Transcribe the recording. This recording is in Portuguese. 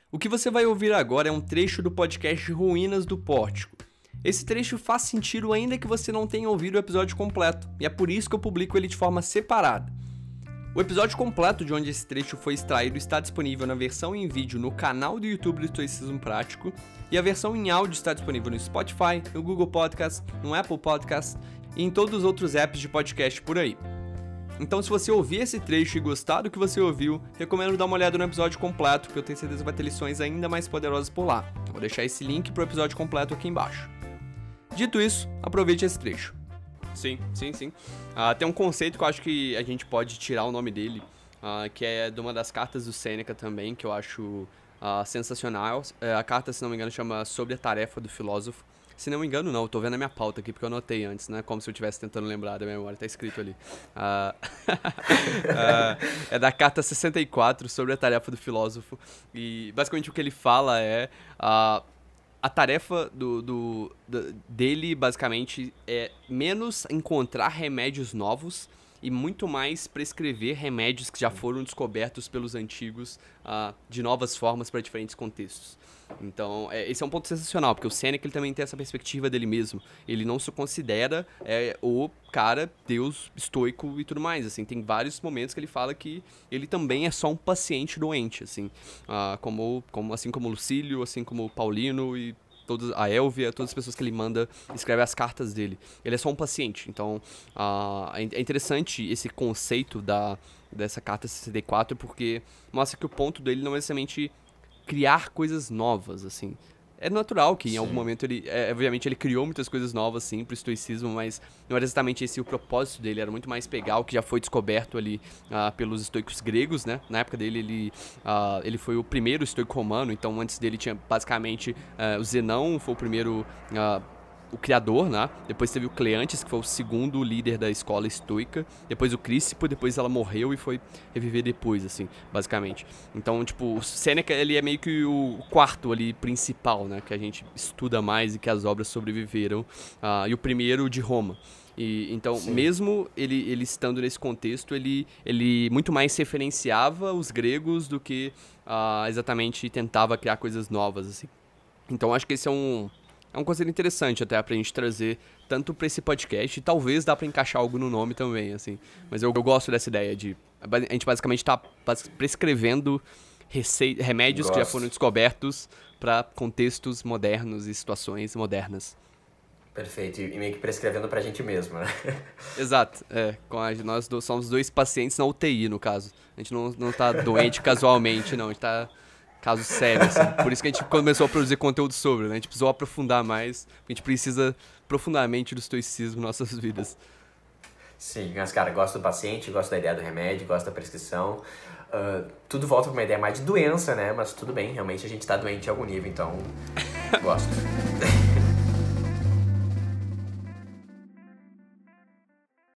O que você vai ouvir agora é um trecho do podcast Ruínas do Pórtico. Esse trecho faz sentido ainda que você não tenha ouvido o episódio completo, e é por isso que eu publico ele de forma separada. O episódio completo de onde esse trecho foi extraído está disponível na versão em vídeo no canal do YouTube do Estoicismo Prático, e a versão em áudio está disponível no Spotify, no Google Podcast, no Apple Podcast e em todos os outros apps de podcast por aí. Então, se você ouvir esse trecho e gostar do que você ouviu, recomendo dar uma olhada no episódio completo, porque eu tenho certeza que vai ter lições ainda mais poderosas por lá. Eu vou deixar esse link pro episódio completo aqui embaixo. Dito isso, aproveite esse trecho. Sim. Tem um conceito que eu acho que a gente pode tirar o nome dele, que é de uma das cartas do Sêneca também, que eu acho sensacional. A carta, se não me engano, chama Sobre a Tarefa do Filósofo. Se não me engano, não, eu tô vendo a minha pauta aqui, porque eu anotei antes, né? Como se eu estivesse tentando lembrar da minha memória, tá escrito ali. É da carta 64, Sobre a Tarefa do Filósofo. E basicamente o que ele fala é... A tarefa dele, basicamente, é menos encontrar remédios novos e muito mais prescrever remédios que já foram descobertos pelos antigos de novas formas para diferentes contextos. Então, esse é um ponto sensacional, porque o Sêneca ele também tem essa perspectiva dele mesmo. Ele não se considera o cara, deus estoico e tudo mais, assim. Tem vários momentos que ele fala que ele também é só um paciente doente, assim. Assim como Lucílio, assim como Paulino e a Élvia, todas as pessoas que ele manda escreve as cartas dele. Ele é só um paciente. Então, é interessante esse conceito dessa carta 64, porque mostra que o ponto dele não é necessariamente criar coisas novas, assim. É natural que em algum momento ele... obviamente ele criou muitas coisas novas, sim, pro estoicismo, mas não era exatamente esse o propósito dele, era muito mais pegar o que já foi descoberto ali pelos estoicos gregos, né? Na época dele, ele foi o primeiro estoico romano, então antes dele tinha basicamente o Zenão, foi o primeiro... o criador, né? Depois teve o Cleantes, que foi o segundo líder da escola estoica. Depois o Crícipo, depois ela morreu e foi reviver depois, assim, basicamente. Então, tipo, o Sêneca, ele é meio que o quarto ali principal, né? Que a gente estuda mais e que as obras sobreviveram. E o primeiro de Roma. Então, mesmo ele estando nesse contexto, ele muito mais referenciava os gregos do que exatamente tentava criar coisas novas, assim. Então, acho que esse é um conceito interessante até pra gente trazer tanto pra esse podcast, e talvez dá pra encaixar algo no nome também, assim. Mas eu gosto dessa ideia de... A gente basicamente tá prescrevendo remédios que já foram descobertos pra contextos modernos e situações modernas. Perfeito, e meio que prescrevendo pra gente mesmo, né? Exato, nós somos dois pacientes na UTI, no caso. A gente não tá doente casualmente, não, a gente tá... caso sério, assim. Por isso que a gente começou a produzir conteúdo sobre, né? A gente precisou aprofundar mais, porque a gente precisa profundamente do estoicismo em nossas vidas. Sim, mas cara, gosto do paciente, gosto da ideia do remédio, gosto da prescrição. Tudo volta pra uma ideia mais de doença, né? Mas tudo bem, realmente a gente tá doente em algum nível, então gosto.